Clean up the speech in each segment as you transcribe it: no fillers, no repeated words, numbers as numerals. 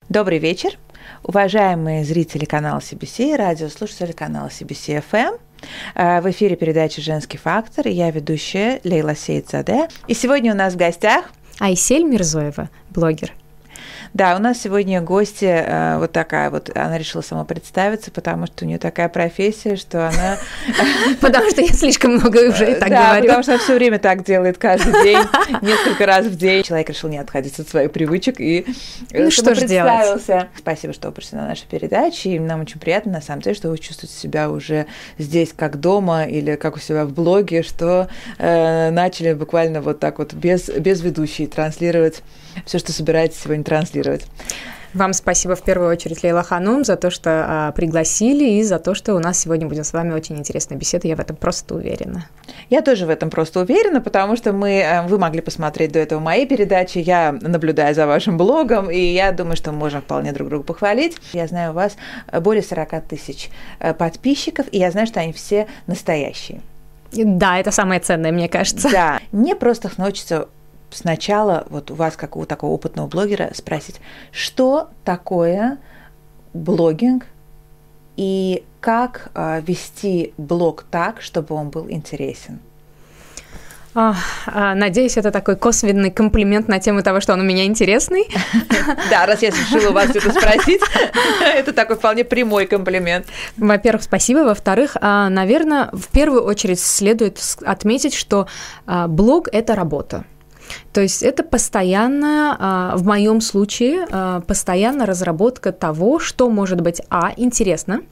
Добрый вечер, уважаемые зрители канала CBC, радиослушатели канала CBC FM. В эфире передача «Женский фактор», и я ведущая Лейла Сейдзаде. И сегодня у нас в гостях Айсель Мирзоева, блогер. Да, у нас сегодня гостья вот такая вот, она решила сама представиться, потому что у нее такая профессия, что она... Потому что я слишком много уже так говорю. Да, потому что она все время так делает, каждый день, несколько раз в день. Человек решил не отходить от своих привычек и что же делать? Спасибо, что вы пришли на нашу передачу, и нам очень приятно, на самом деле, что вы чувствуете себя уже здесь как дома или как у себя в блоге, что начали буквально вот так вот без ведущей транслировать все, что собираетесь сегодня транслировать. Вам спасибо в первую очередь, Лейла Ханум, за то, что пригласили, и за то, что у нас сегодня будет с вами очень интересная беседа. Я в этом просто уверена. Я тоже в этом просто уверена, потому что вы могли посмотреть до этого мои передачи, я наблюдаю за вашим блогом, и я думаю, что мы можем вполне друг друга похвалить. Я знаю, у вас более 40 тысяч подписчиков, и я знаю, что они все настоящие. Да, это самое ценное, мне кажется. Да, мне просто хочется сначала вот у вас, как у такого опытного блогера, спросить, что такое блогинг и как вести блог так, чтобы он был интересен? Надеюсь, это такой косвенный комплимент на тему того, что он у меня интересный. Да, раз я решила у вас это спросить, это такой вполне прямой комплимент. Во-первых, спасибо. Во-вторых, наверное, в первую очередь следует отметить, что блог – это работа. То есть это постоянно, в моем случае, постоянная разработка того, что может быть, интересно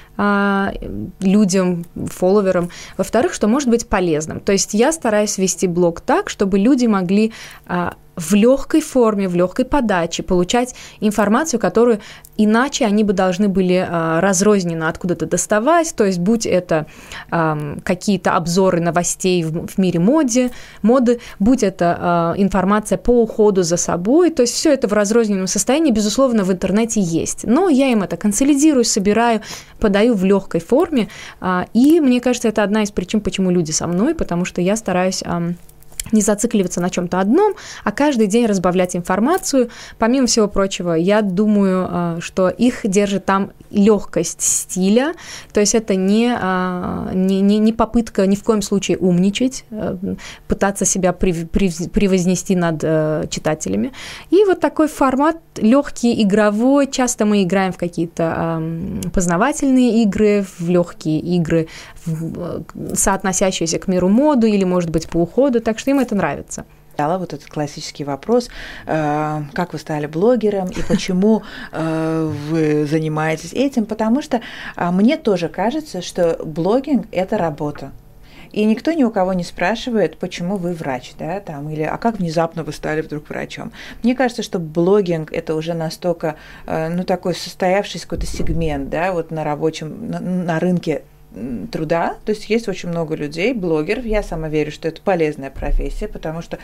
людям, фолловерам, во-вторых, что может быть полезным. То есть я стараюсь вести блог так, чтобы люди могли в легкой форме, в легкой подаче получать информацию, которую иначе они бы должны были разрозненно откуда-то доставать, то есть будь это какие-то обзоры новостей в мире моды, будь это информация по уходу за собой, то есть все это в разрозненном состоянии, безусловно, в интернете есть. Но я им это консолидирую, собираю, подаю в легкой форме, и мне кажется, это одна из причин, почему люди со мной, потому что я стараюсь не зацикливаться на чем-то одном, а каждый день разбавлять информацию. Помимо всего прочего, я думаю, что их держит там легкость стиля, то есть это не попытка ни в коем случае умничать, пытаться себя превознести над читателями. И вот такой формат легкий, игровой. Часто мы играем в какие-то познавательные игры, в легкие игры, соотносящиеся к миру моды или, может быть, по уходу, так что им это нравится. Вот этот классический вопрос, как вы стали блогером и почему вы занимаетесь этим, потому что мне тоже кажется, что блогинг – это работа. И никто ни у кого не спрашивает, почему вы врач, да, там, или как внезапно вы стали вдруг врачом. Мне кажется, что блогинг – это уже настолько, такой состоявшийся какой-то сегмент, да, вот на рабочем, на рынке труда, то есть есть очень много людей, блогеров, я сама верю, что это полезная профессия, потому что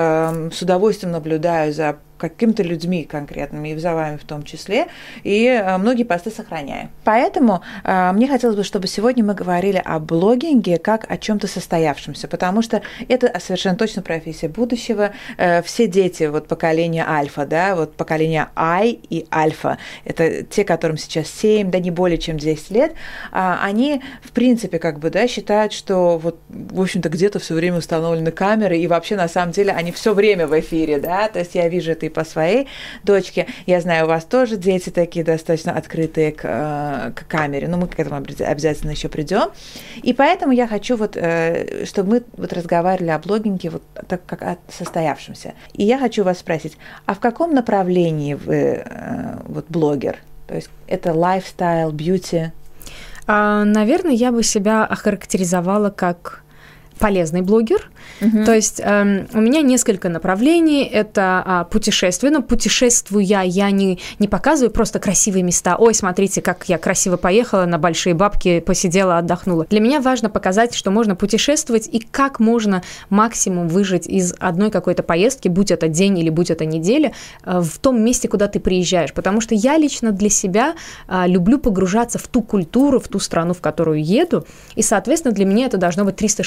с удовольствием наблюдаю за какими-то людьми конкретными, и за вами в том числе, и многие посты сохраняю. Поэтому мне хотелось бы, чтобы сегодня мы говорили о блогинге как о чем-то состоявшемся, потому что это совершенно точно профессия будущего. Все дети вот поколения альфа, да, вот поколение I и альфа, это те, которым сейчас 7, да не более чем 10 лет, они, в принципе, считают, что вот, в общем-то, где-то все время установлены камеры, и вообще, на самом деле, они все время в эфире, да, то есть я вижу это и по своей дочке. Я знаю, у вас тоже дети такие достаточно открытые к камере, но мы к этому обязательно еще придем. И поэтому я хочу, чтобы мы разговаривали о блогинге так как о состоявшемся. И я хочу вас спросить, а в каком направлении вы блогер? То есть это лайфстайл, бьюти? Наверное, я бы себя охарактеризовала как полезный блогер. То есть у меня несколько направлений. Это путешествие. Но путешествуя, я не показываю просто красивые места. Ой, смотрите, как я красиво поехала на большие бабки, посидела, отдохнула. Для меня важно показать, что можно путешествовать и как можно максимум выжать из одной какой-то поездки, будь это день или будь это неделя, в том месте, куда ты приезжаешь. Потому что я лично для себя люблю погружаться в ту культуру, в ту страну, в которую еду. И, соответственно, для меня это должно быть 360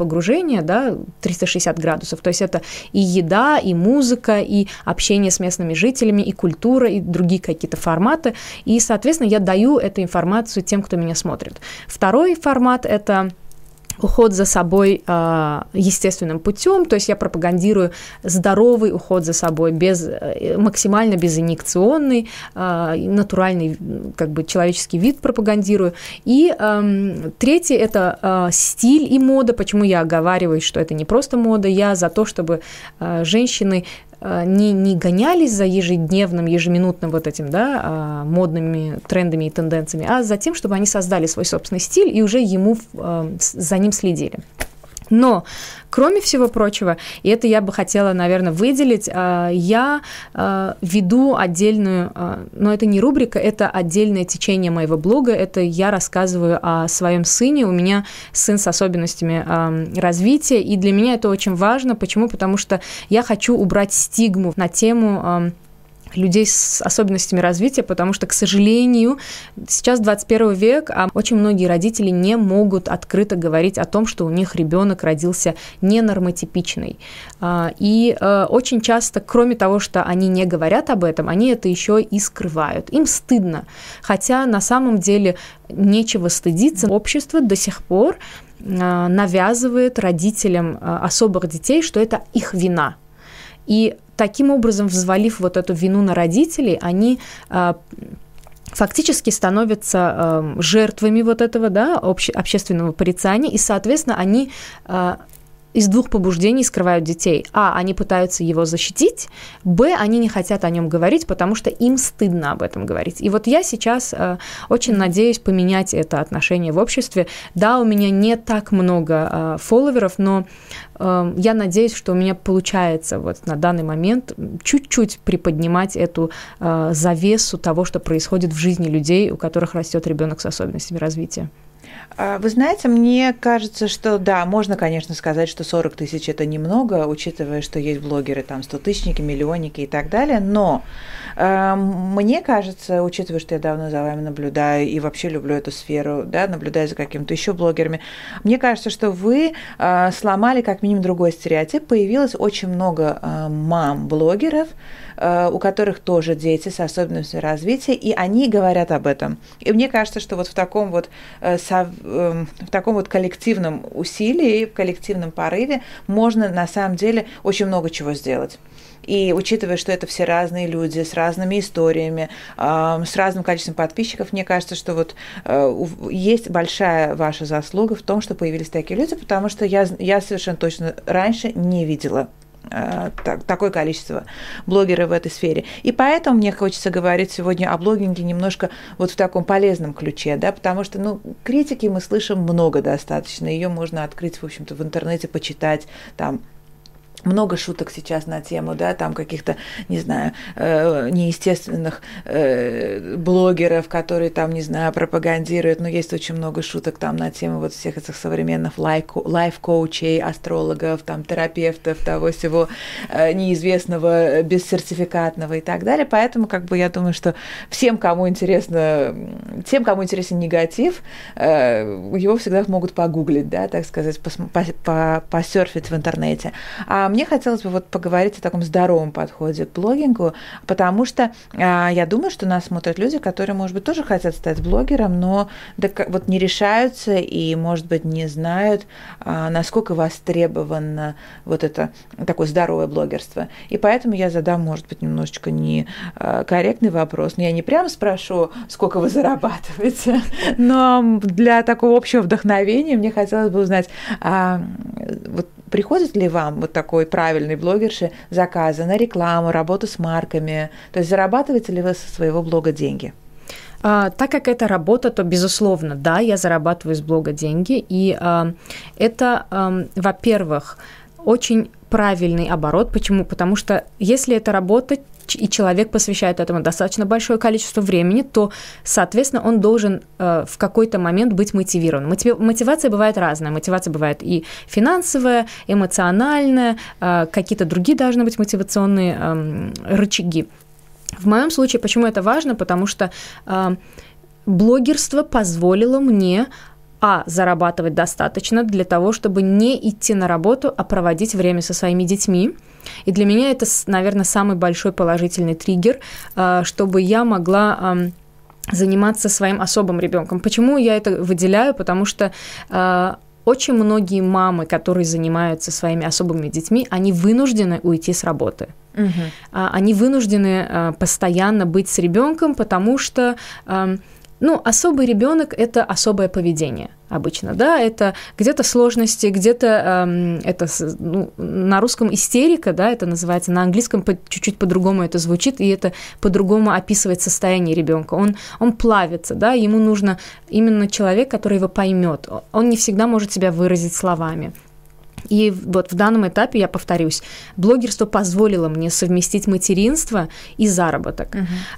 погружения, да, 360 градусов. То есть это и еда, и музыка, и общение с местными жителями, и культура, и другие какие-то форматы. И, соответственно, я даю эту информацию тем, кто меня смотрит. Второй формат – это уход за собой естественным путем, то есть я пропагандирую здоровый уход за собой, максимально безинъекционный, натуральный как бы человеческий вид пропагандирую. И третье – это стиль и мода. Почему я оговариваюсь, что это не просто мода? Я за то, чтобы женщины не гонялись за ежедневным, ежеминутным вот этим, да, модными трендами и тенденциями, а за тем, чтобы они создали свой собственный стиль и уже за ним следили. Но, кроме всего прочего, и это я бы хотела, наверное, выделить, я веду отдельную, но это не рубрика, это отдельное течение моего блога, это я рассказываю о своем сыне, у меня сын с особенностями развития, и для меня это очень важно. Почему? Потому что я хочу убрать стигму на тему людей с особенностями развития, потому что, к сожалению, сейчас 21 век, а очень многие родители не могут открыто говорить о том, что у них ребенок родился ненормотипичный. И очень часто, кроме того, что они не говорят об этом, они это еще и скрывают. Им стыдно. Хотя на самом деле нечего стыдиться. Общество до сих пор навязывает родителям особых детей, что это их вина. И таким образом, взвалив вот эту вину на родителей, они фактически становятся жертвами вот этого, да, общественного порицания, и, соответственно, они из двух побуждений скрывают детей. А, они пытаются его защитить, б, они не хотят о нем говорить, потому что им стыдно об этом говорить. И вот я сейчас очень надеюсь поменять это отношение в обществе. Да, у меня не так много фолловеров, но я надеюсь, что у меня получается вот на данный момент чуть-чуть приподнимать эту завесу того, что происходит в жизни людей, у которых растет ребенок с особенностями развития. Вы знаете, мне кажется, что да, можно, конечно, сказать, что 40 тысяч – это немного, учитывая, что есть блогеры, там, 100-тысячники, миллионники и так далее, но мне кажется, учитывая, что я давно за вами наблюдаю и вообще люблю эту сферу, да, наблюдаю за какими-то еще блогерами, мне кажется, что вы сломали как минимум другой стереотип. Появилось очень много мам-блогеров, у которых тоже дети с особенностями развития, и они говорят об этом. И мне кажется, что вот в таком вот коллективном усилии, в коллективном порыве можно на самом деле очень много чего сделать. И учитывая, что это все разные люди с разными историями, с разным количеством подписчиков, мне кажется, что вот есть большая ваша заслуга в том, что появились такие люди, потому что я совершенно точно раньше не видела такое количество блогеров в этой сфере. И поэтому мне хочется говорить сегодня о блогинге немножко вот в таком полезном ключе, да, потому что, критики мы слышим много достаточно, ее можно открыть, в общем-то, в интернете, почитать, там, много шуток сейчас на тему, да, там каких-то, не знаю, неестественных блогеров, которые там, не знаю, пропагандируют, но есть очень много шуток там на тему вот всех этих современных лайф-коучей, астрологов, там, терапевтов, того всего неизвестного, бессертификатного и так далее, поэтому, я думаю, что тем, кому интересен негатив, его всегда могут погуглить, да, так сказать, посерфить в интернете. Мне хотелось бы вот поговорить о таком здоровом подходе к блогингу, потому что я думаю, что нас смотрят люди, которые, может быть, тоже хотят стать блогером, но вот не решаются и, может быть, не знают, насколько востребовано вот это такое здоровое блогерство. И поэтому я задам, может быть, немножечко некорректный вопрос. Я не прямо спрошу, сколько вы зарабатываете, но для такого общего вдохновения мне хотелось бы узнать, вот приходит ли вам вот такой правильный блогерши заказы на рекламу, работу с марками? То есть зарабатываете ли вы со своего блога деньги? Так как это работа, то, безусловно, да, я зарабатываю с блога деньги. И это, во-первых, очень правильный оборот. Почему? Потому что если это работа, и человек посвящает этому достаточно большое количество времени, то, соответственно, он должен в какой-то момент быть мотивирован. Мотивация бывает разная. Мотивация бывает и финансовая, эмоциональная, какие-то другие должны быть мотивационные рычаги. В моем случае, почему это важно? Потому что блогерство позволило мне зарабатывать достаточно для того, чтобы не идти на работу, а проводить время со своими детьми. И для меня это, наверное, самый большой положительный триггер, чтобы я могла заниматься своим особым ребенком. Почему я это выделяю? Потому что очень многие мамы, которые занимаются своими особыми детьми, они вынуждены уйти с работы. Они вынуждены постоянно быть с ребенком, потому что особый ребенок – это особое поведение обычно, да, это где-то сложности, где-то это, на русском истерика, да, это называется, на английском чуть-чуть по-другому это звучит, и это по-другому описывает состояние ребенка. Он плавится, да, ему нужно именно человек, который его поймет. Он не всегда может себя выразить словами. И вот в данном этапе, я повторюсь, блогерство позволило мне совместить материнство и заработок.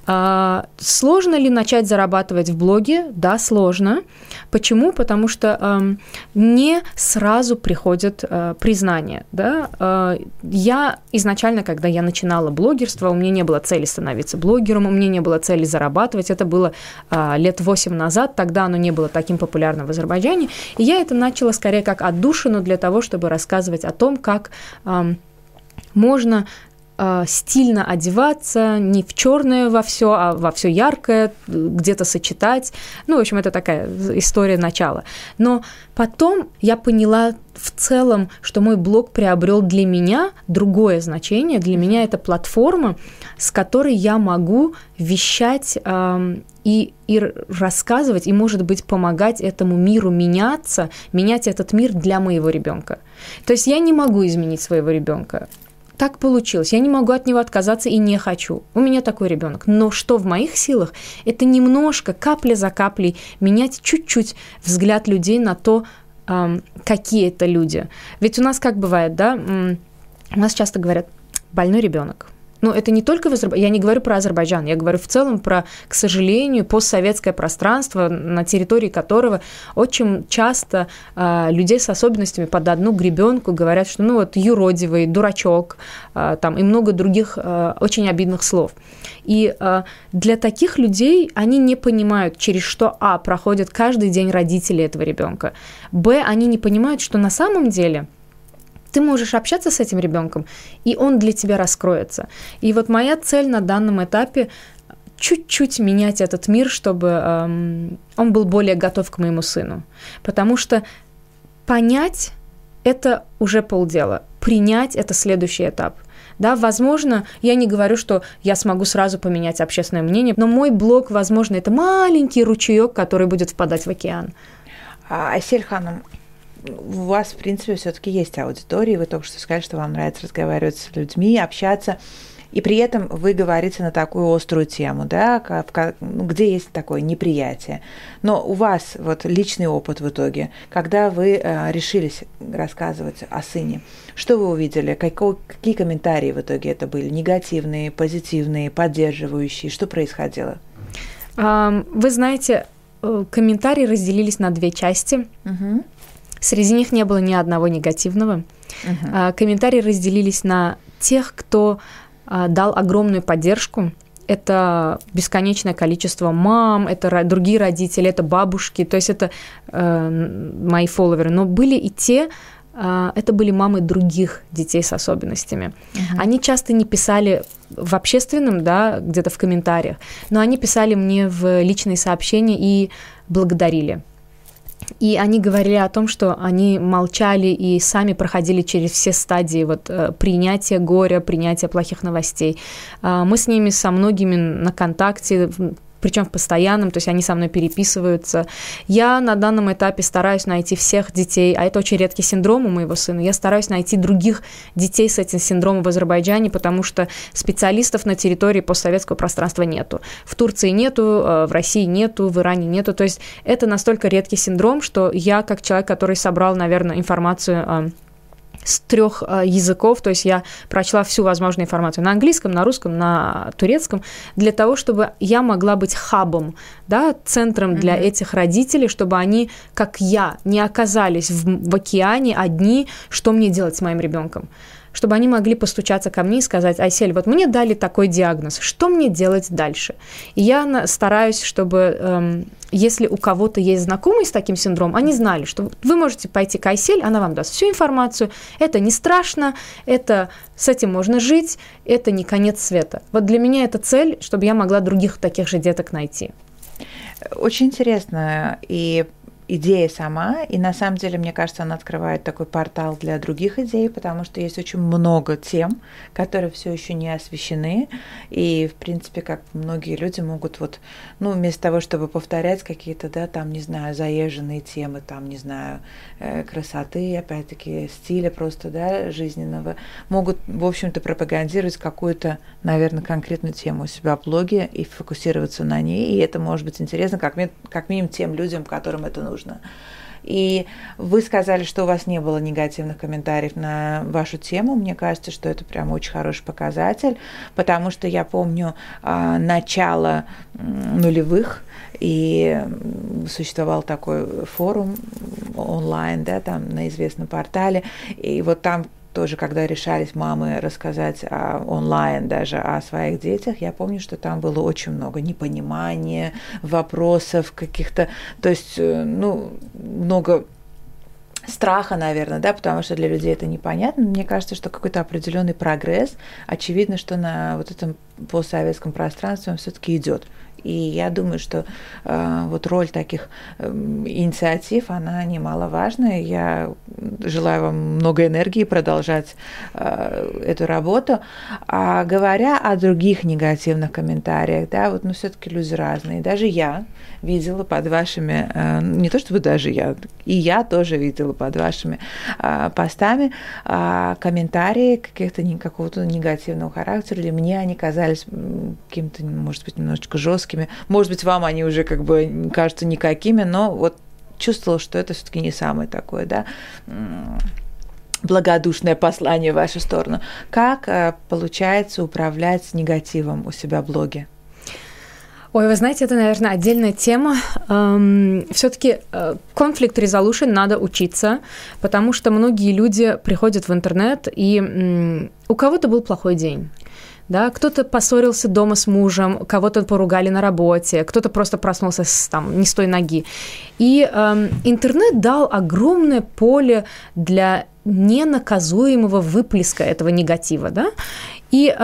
Сложно ли начать зарабатывать в блоге? Да, сложно. Почему? Потому что не сразу приходит признание. Да? Я изначально, когда я начинала блогерство, у меня не было цели становиться блогером, у меня не было цели зарабатывать. Это было лет 8 назад, тогда оно не было таким популярным в Азербайджане. И я это начала скорее как отдушину для того, чтобы рассказывать о том, как можно стильно одеваться, не в черное во все, а во все яркое, где-то сочетать. В общем, это такая история начала. Но потом я поняла в целом, что мой блог приобрел для меня другое значение. Для меня это платформа, с которой я могу вещать и рассказывать, и, может быть, помогать этому миру меняться, менять этот мир для моего ребенка. То есть я не могу изменить своего ребенка. Так получилось. Я не могу от него отказаться и не хочу. У меня такой ребенок. Но что в моих силах, это немножко, капля за каплей, менять чуть-чуть взгляд людей на то, какие это люди. Ведь у нас как бывает, да, у нас часто говорят, больной ребенок. Но это не только в Азербайджане, я не говорю про Азербайджан, я говорю в целом про, к сожалению, постсоветское пространство, на территории которого очень часто людей с особенностями под одну гребенку говорят, что юродивый, дурачок, и много других очень обидных слов. И для таких людей они не понимают, через что, проходят каждый день родители этого ребенка, они не понимают, что на самом деле ты можешь общаться с этим ребенком, и он для тебя раскроется. И вот моя цель на данном этапе – чуть-чуть менять этот мир, чтобы он был более готов к моему сыну. Потому что понять – это уже полдела, принять – это следующий этап. Да, возможно, я не говорю, что я смогу сразу поменять общественное мнение, но мой блог, возможно, это маленький ручеёк, который будет впадать в океан. Асель Ханым, у вас, в принципе, все-таки есть аудитория, вы только что сказали, что вам нравится разговаривать с людьми, общаться, и при этом вы говорите на такую острую тему, да, где есть такое неприятие. Но у вас вот личный опыт в итоге, когда вы решились рассказывать о сыне, что вы увидели, какие комментарии в итоге это были, негативные, позитивные, поддерживающие, что происходило? Вы знаете, комментарии разделились на две части. Угу. Среди них не было ни одного негативного. Комментарии разделились на тех, кто дал огромную поддержку. Это бесконечное количество мам, это другие родители, это бабушки, то есть это мои фолловеры. Но были и те, это были мамы других детей с особенностями. Они часто не писали в общественном, да, где-то в комментариях, но они писали мне в личные сообщения и благодарили. И они говорили о том, что они молчали и сами проходили через все стадии принятия горя, принятия плохих новостей. Мы с ними со многими на контакте, причем в постоянном, то есть они со мной переписываются. Я на данном этапе стараюсь найти всех детей, а это очень редкий синдром у моего сына, я стараюсь найти других детей с этим синдромом в Азербайджане, потому что специалистов на территории постсоветского пространства нету. В Турции нету, в России нету, в Иране нету. То есть это настолько редкий синдром, что я, как человек, который собрал, наверное, информацию с 3 языков, то есть я прочла всю возможную информацию на английском, на русском, на турецком, для того, чтобы я могла быть хабом, да, центром для этих родителей, чтобы они, как я, не оказались в океане одни, что мне делать с моим ребенком. чтобы они могли постучаться ко мне и сказать: Айсель, вот мне дали такой диагноз, что мне делать дальше? И я стараюсь, чтобы, если у кого-то есть знакомый с таким синдромом, они знали, что вы можете пойти к Айсель, она вам даст всю информацию, это не страшно, с этим можно жить, это не конец света. Вот для меня это цель, чтобы я могла других таких же деток найти. Очень интересно, и идея сама, и на самом деле, мне кажется, она открывает такой портал для других идей, потому что есть очень много тем, которые все еще не освещены, и, в принципе, как многие люди могут вместо того, чтобы повторять какие-то, не знаю, заезженные темы, не знаю, красоты, опять-таки, стиля просто, жизненного, могут, в общем-то, пропагандировать какую-то, наверное, конкретную тему у себя в блоге и фокусироваться на ней, и это может быть интересно как минимум тем людям, которым это нужно. И вы сказали, что у вас не было негативных комментариев на вашу тему. Мне кажется, что это прям очень хороший показатель, потому что я помню начало нулевых, и существовал такой форум онлайн, на известном портале, и вот там тоже, когда решались мамы рассказать онлайн даже о своих детях, я помню, что там было очень много непонимания, вопросов каких-то, то есть, много страха, наверное, потому что для людей это непонятно. Мне кажется, что какой-то определенный прогресс, очевидно, что на вот этом постсоветском пространстве он все-таки идет. И я думаю, что роль таких инициатив, она немаловажная. Я желаю вам много энергии продолжать эту работу. А говоря о других негативных комментариях, все-таки люди разные. Даже я видела под вашими, не то чтобы даже я, и я тоже видела под вашими постами комментарии какого-то негативного характера, или мне они казались какими-то, может быть, немножечко жесткими. Может быть, вам они уже кажутся никакими, но чувствовала, что это все-таки не самое такое, благодушное послание в вашу сторону. Как получается управлять негативом у себя в блоге? Ой, вы знаете, это, наверное, отдельная тема. Все-таки conflict resolution надо учиться, потому что многие люди приходят в интернет, и у кого-то был плохой день. Кто-то поссорился дома с мужем, кого-то поругали на работе, кто-то просто проснулся не с той ноги. И интернет дал огромное поле для ненаказуемого выплеска этого негатива, И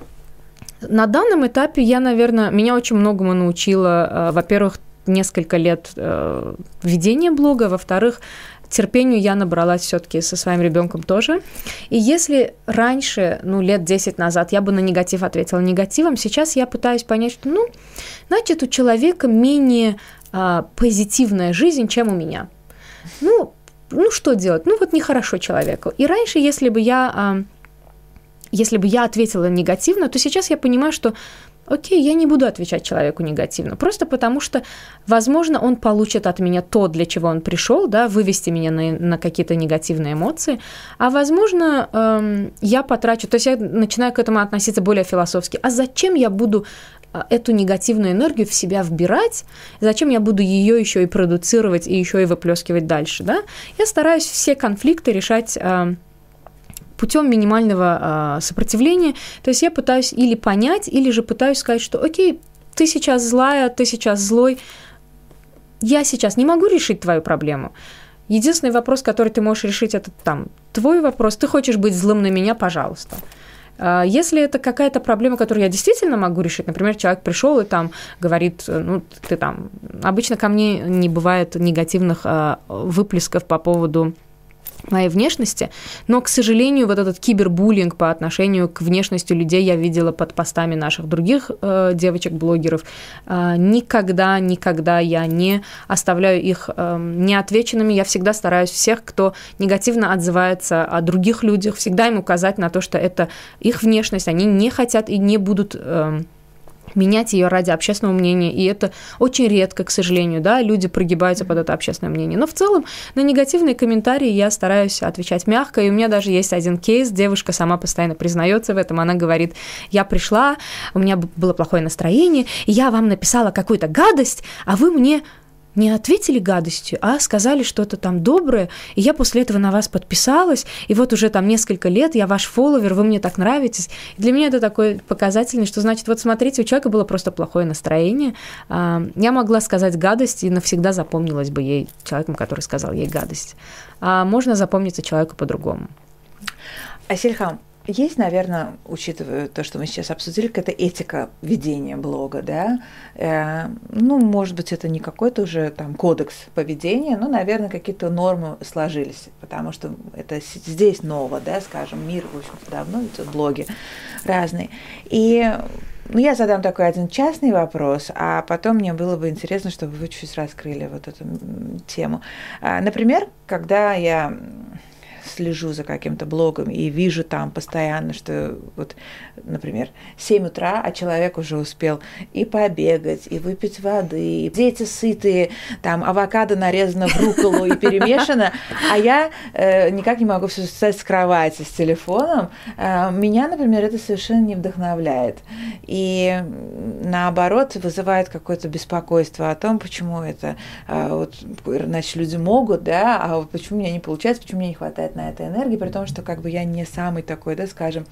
на данном этапе меня очень многому научила, во-первых, несколько лет ведения блога, во-вторых, терпению я набралась все-таки со своим ребенком тоже. И если раньше, лет 10 назад, я бы на негатив ответила негативом, сейчас я пытаюсь понять, что, значит, у человека менее позитивная жизнь, чем у меня. Что делать? Нехорошо человеку. И раньше, если бы я ответила негативно, то сейчас я понимаю, что окей, я не буду отвечать человеку негативно, просто потому что, возможно, он получит от меня то, для чего он пришел, вывести меня на какие-то негативные эмоции, а, возможно, я потрачу, то есть я начинаю к этому относиться более философски. А зачем я буду эту негативную энергию в себя вбирать, зачем я буду ее еще и продуцировать и еще и выплескивать дальше, Я стараюсь все конфликты решать путем минимального сопротивления. То есть я пытаюсь или понять, или же пытаюсь сказать, что окей, ты сейчас злая, ты сейчас злой, я сейчас не могу решить твою проблему. Единственный вопрос, который ты можешь решить, это твой вопрос. Ты хочешь быть злым на меня, пожалуйста. Если это какая-то проблема, которую я действительно могу решить, например, человек пришел и говорит, ты обычно ко мне не бывает негативных выплесков по поводу моей внешности, но, к сожалению, этот кибербуллинг по отношению к внешности людей я видела под постами наших других девочек-блогеров. Никогда я не оставляю их неотвеченными. Я всегда стараюсь всех, кто негативно отзывается о других людях, всегда им указать на то, что это их внешность, они не хотят и не будут менять ее ради общественного мнения, и это очень редко, к сожалению, люди прогибаются под это общественное мнение. Но в целом на негативные комментарии я стараюсь отвечать мягко, и у меня даже есть один кейс, девушка сама постоянно признается в этом, она говорит, я пришла, у меня было плохое настроение, и я вам написала какую-то гадость, а вы мне не ответили гадостью, а сказали что-то там доброе, и я после этого на вас подписалась, и вот уже там несколько лет я ваш фолловер, вы мне так нравитесь. И для меня это такой показательный, что значит, вот смотрите, у человека было просто плохое настроение, я могла сказать гадость, и навсегда запомнилась бы ей человеком, который сказал ей гадость. А можно запомниться человеку по-другому. Аселькам, есть, наверное, учитывая то, что мы сейчас обсудили, какая-то этика ведения блога, да? Ну, может быть, это не какой-то уже там кодекс поведения, но, наверное, какие-то нормы сложились, потому что это здесь ново, да, скажем, мир, в общем-то, давно ведет блоги разные. И я задам такой один частный вопрос, а потом мне было бы интересно, чтобы вы чуть раскрыли вот эту тему. Например, когда я слежу за каким-то блогом и вижу там постоянно, что вот, например, 7 утра, а человек уже успел и побегать, и выпить воды, и дети сытые, там авокадо нарезано в рукколу и перемешано, а я никак не могу встать с кровати с телефоном. Меня, например, это совершенно не вдохновляет. И наоборот вызывает какое-то беспокойство о том, почему это, вот, значит, люди могут, да, а вот почему у меня не получается, почему мне не хватает на это энергии, при том, что как бы я не самый такой, да, скажем,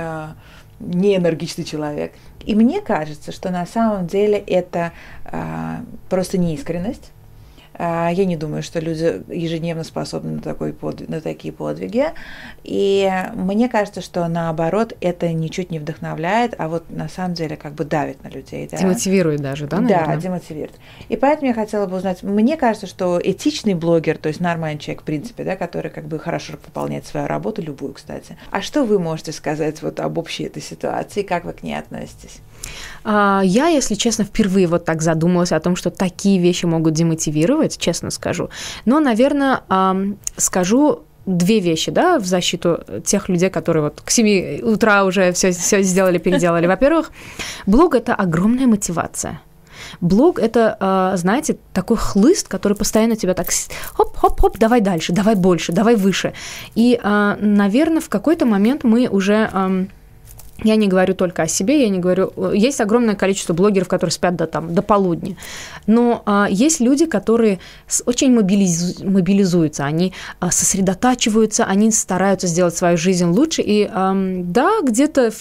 не энергичный человек. И мне кажется, что на самом деле это просто неискренность. Я не думаю, что люди ежедневно способны на такие подвиги. И мне кажется, что наоборот, это ничуть не вдохновляет, а вот на самом деле как бы давит на людей. Да? Демотивирует даже, да, наверное? Да, демотивирует. И поэтому я хотела бы узнать, мне кажется, что этичный блогер, то есть нормальный человек, в принципе, да, который как бы хорошо выполняет свою работу, любую, кстати. А что вы можете сказать вот об общей этой ситуации, как вы к ней относитесь? Я, если честно, впервые вот так задумалась о том, что такие вещи могут демотивировать, честно скажу. Но, наверное, скажу две вещи, да, в защиту тех людей, которые вот к 7 утра уже все сделали, переделали. Во-первых, блог – это огромная мотивация. Блог – это, знаете, такой хлыст, который постоянно тебя так хоп-хоп-хоп, давай дальше, давай больше, давай выше. И, наверное, в какой-то момент мы уже… Я не говорю только о себе, я не говорю… Есть огромное количество блогеров, которые спят до полудня, но есть люди, которые очень мобилизуются, они сосредотачиваются, они стараются сделать свою жизнь лучше, и да, где-то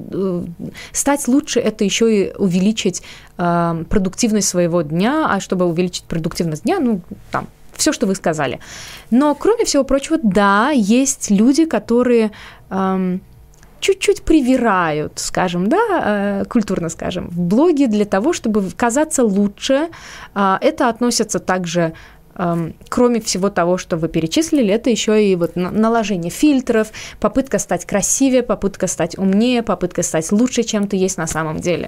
стать лучше – это еще и увеличить продуктивность своего дня, а чтобы увеличить продуктивность дня, ну, там, все, что вы сказали. Но, кроме всего прочего, да, есть люди, которые… чуть-чуть привирают, скажем, да, культурно скажем, в блоге для того, чтобы казаться лучше. Это относится также, кроме всего того, что вы перечислили, это еще и вот наложение фильтров, попытка стать красивее, попытка стать умнее, попытка стать лучше, чем ты есть на самом деле.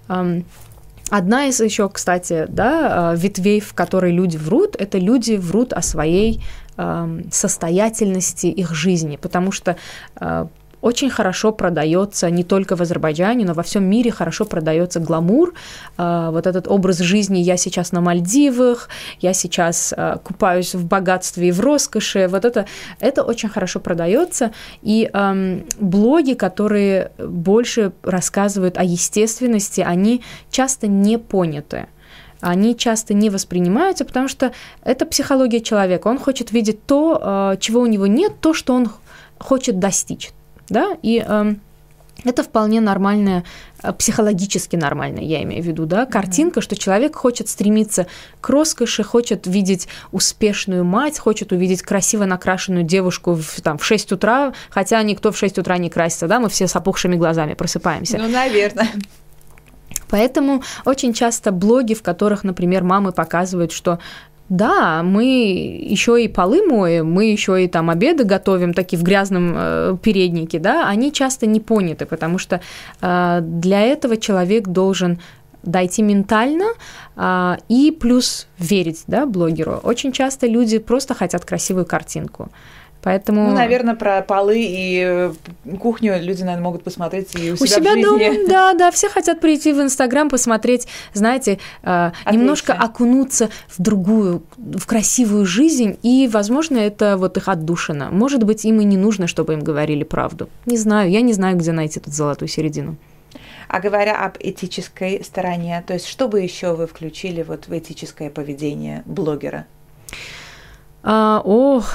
Одна из еще, кстати, да, ветвей, в которой люди врут, это люди врут о своей состоятельности их жизни, потому что очень хорошо продается не только в Азербайджане, но во всем мире хорошо продается гламур. Вот этот образ жизни «я сейчас на Мальдивах», «я сейчас купаюсь в богатстве и в роскоши». Вот это очень хорошо продается. И блоги, которые больше рассказывают о естественности, они часто не поняты. Они часто не воспринимаются, потому что это психология человека. Он хочет видеть то, чего у него нет, то, что он хочет достичь. Да, и это вполне нормальная, психологически нормальная, я имею в виду, да, картинка, что человек хочет стремиться к роскоши, хочет видеть успешную мать, хочет увидеть красиво накрашенную девушку в 6 утра, хотя никто в 6 утра не красится, да, мы все с опухшими глазами просыпаемся. Ну, наверное. Поэтому очень часто блоги, в которых, например, мамы показывают, что да, мы еще и полы моем, мы еще и там обеды готовим, такие в грязном переднике, да, они часто не поняты, потому что для этого человек должен дойти ментально и плюс верить, да, блогеру. Очень часто люди просто хотят красивую картинку. Поэтому… Ну, наверное, про полы и кухню люди, наверное, могут посмотреть и у себя в жизни. Дома, да, все хотят прийти в Инстаграм, посмотреть, знаете, немножко окунуться в красивую жизнь, и, возможно, это вот их отдушина. Может быть, им и не нужно, чтобы им говорили правду. Не знаю, я не знаю, где найти тут золотую середину. А говоря об этической стороне, то есть что бы еще вы включили вот в этическое поведение блогера? Из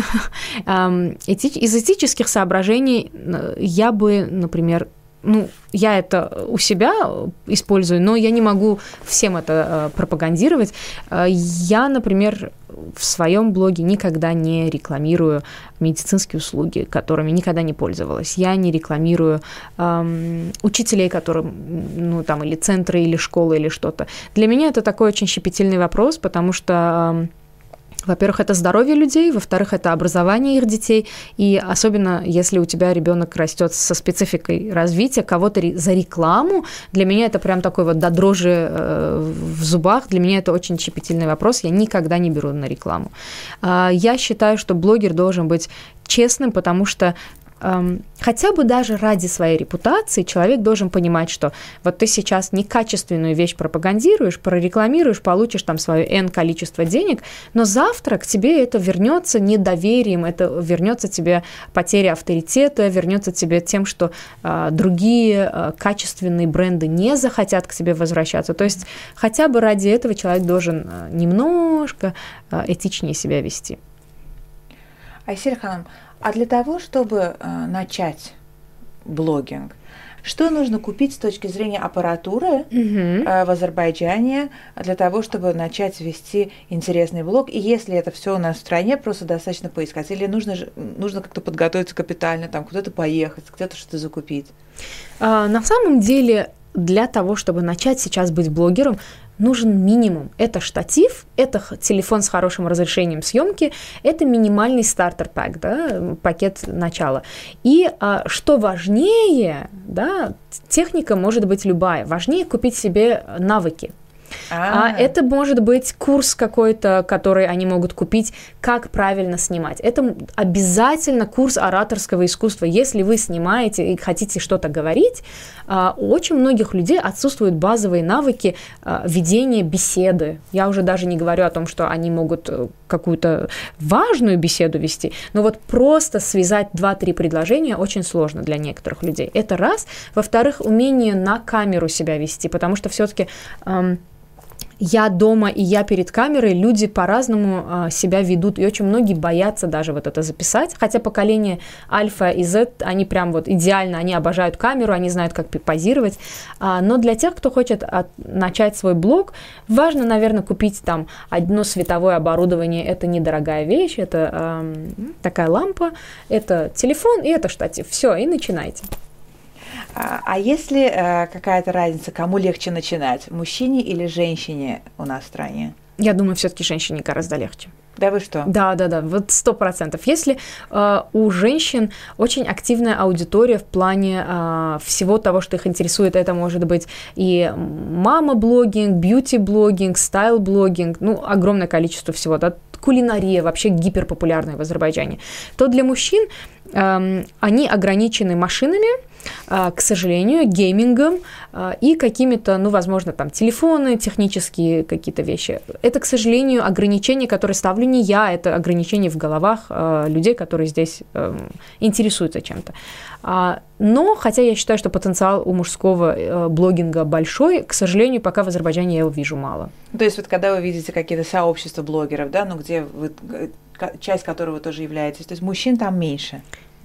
этических соображений я бы, например, я это у себя использую, но я не могу всем это пропагандировать. Я, например, в своем блоге никогда не рекламирую медицинские услуги, которыми никогда не пользовалась. Я не рекламирую учителей, которым, или центры, или школы, или что-то. Для меня это такой очень щепетильный вопрос, потому что во-первых, это здоровье людей, во-вторых, это образование их детей, и особенно если у тебя ребенок растет со спецификой развития, кого-то за рекламу, для меня это прям такой вот до дрожи в зубах, для меня это очень щепетильный вопрос, я никогда не беру на рекламу. Я считаю, что блогер должен быть честным, потому что хотя бы даже ради своей репутации человек должен понимать, что вот ты сейчас некачественную вещь пропагандируешь, прорекламируешь, получишь там свое N количество денег, но завтра к тебе это вернется недоверием, это вернется тебе потерей авторитета, вернется тебе тем, что другие качественные бренды не захотят к тебе возвращаться. То есть хотя бы ради этого человек должен немножко этичнее себя вести. Айсель Ханым, а для того, чтобы начать блогинг, что нужно купить с точки зрения аппаратуры в Азербайджане для того, чтобы начать вести интересный блог? И если это все у нас в стране, просто достаточно поискать? Или нужно как-то подготовиться капитально, там куда-то поехать, где-то что-то закупить? На самом деле, для того, чтобы начать сейчас быть блогером, нужен минимум. Это штатив, это телефон с хорошим разрешением съемки, это минимальный стартер-пак, да, пакет начала. И что важнее, да, техника может быть любая. Важнее купить себе навыки. Это может быть курс какой-то, который они могут купить, как правильно снимать. Это обязательно курс ораторского искусства. Если вы снимаете и хотите что-то говорить, у очень многих людей отсутствуют базовые навыки ведения беседы. Я уже даже не говорю о том, что они могут какую-то важную беседу вести, но вот просто связать 2-3 предложения очень сложно для некоторых людей. Это раз. Во-вторых, умение на камеру себя вести, потому что все-таки я дома и я перед камерой, люди по-разному себя ведут, и очень многие боятся даже вот это записать, хотя поколение Альфа и Z, они прям вот идеально, они обожают камеру, они знают, как позировать, но для тех, кто хочет начать свой блог, важно, наверное, купить там одно световое оборудование, это недорогая вещь, это такая лампа, это телефон и это штатив, все, и начинайте. А есть ли какая-то разница, кому легче начинать, мужчине или женщине у нас в стране? Я думаю, все-таки женщине гораздо легче. Да вы что? Да, вот 100%. Если у женщин очень активная аудитория в плане всего того, что их интересует, это может быть и мама-блогинг, бьюти-блогинг, стайл-блогинг, огромное количество всего, да, кулинария вообще гиперпопулярная в Азербайджане, то для мужчин они ограничены машинами, к сожалению, геймингом и какими-то, возможно, там, телефоны, технические какие-то вещи. Это, к сожалению, ограничения, которые ставлю не я, это ограничения в головах людей, которые здесь интересуются чем-то. Но, хотя я считаю, что потенциал у мужского блогинга большой, к сожалению, пока в Азербайджане я его вижу мало. То есть вот когда вы видите какие-то сообщества блогеров, да, где вы, часть которого вы тоже являетесь, то есть мужчин там меньше?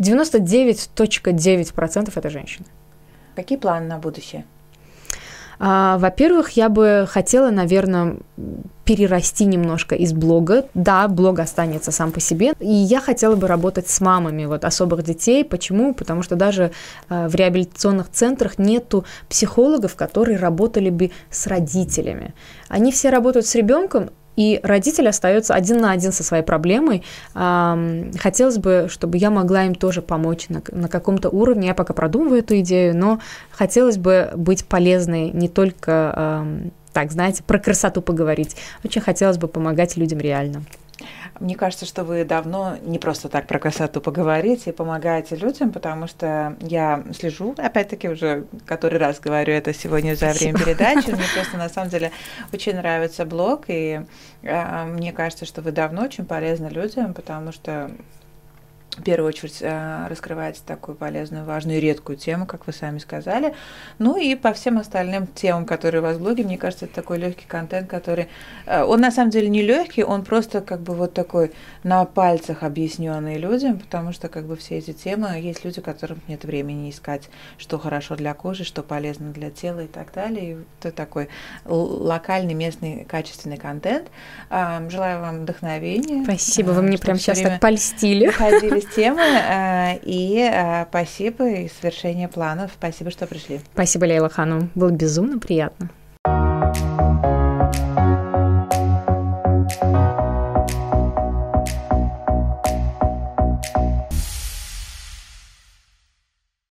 99.9% это женщины. Какие планы на будущее? Во-первых, я бы хотела, наверное, перерасти немножко из блога. Да, блог останется сам по себе. И я хотела бы работать с мамами особых детей. Почему? Потому что даже в реабилитационных центрах нету психологов, которые работали бы с родителями. Они все работают с ребенком, и родитель остается один на один со своей проблемой. Хотелось бы, чтобы я могла им тоже помочь на каком-то уровне. Я пока продумываю эту идею, но хотелось бы быть полезной не только, так, знаете, про красоту поговорить. Очень хотелось бы помогать людям реально. Мне кажется, что вы давно не просто так про красоту поговорите и помогаете людям, потому что я слежу, опять-таки, уже который раз говорю это сегодня за время передачи. Мне просто, на самом деле, очень нравится блог, и мне кажется, что вы давно очень полезны людям, потому что в первую очередь раскрываете такую полезную, важную и редкую тему, как вы сами сказали. Ну и по всем остальным темам, которые у вас в блоге, мне кажется, это такой легкий контент, который... Он на самом деле не легкий, он просто как бы вот такой на пальцах объясненный людям, потому что как бы все эти темы, есть люди, которым нет времени искать, что хорошо для кожи, что полезно для тела и так далее. И это такой локальный, местный, качественный контент. Желаю вам вдохновения. Спасибо, вы мне прямо сейчас так польстили. Находились темы, и спасибо, и совершение планов. Спасибо, что пришли. Спасибо, Лейла Ханум. Было безумно приятно.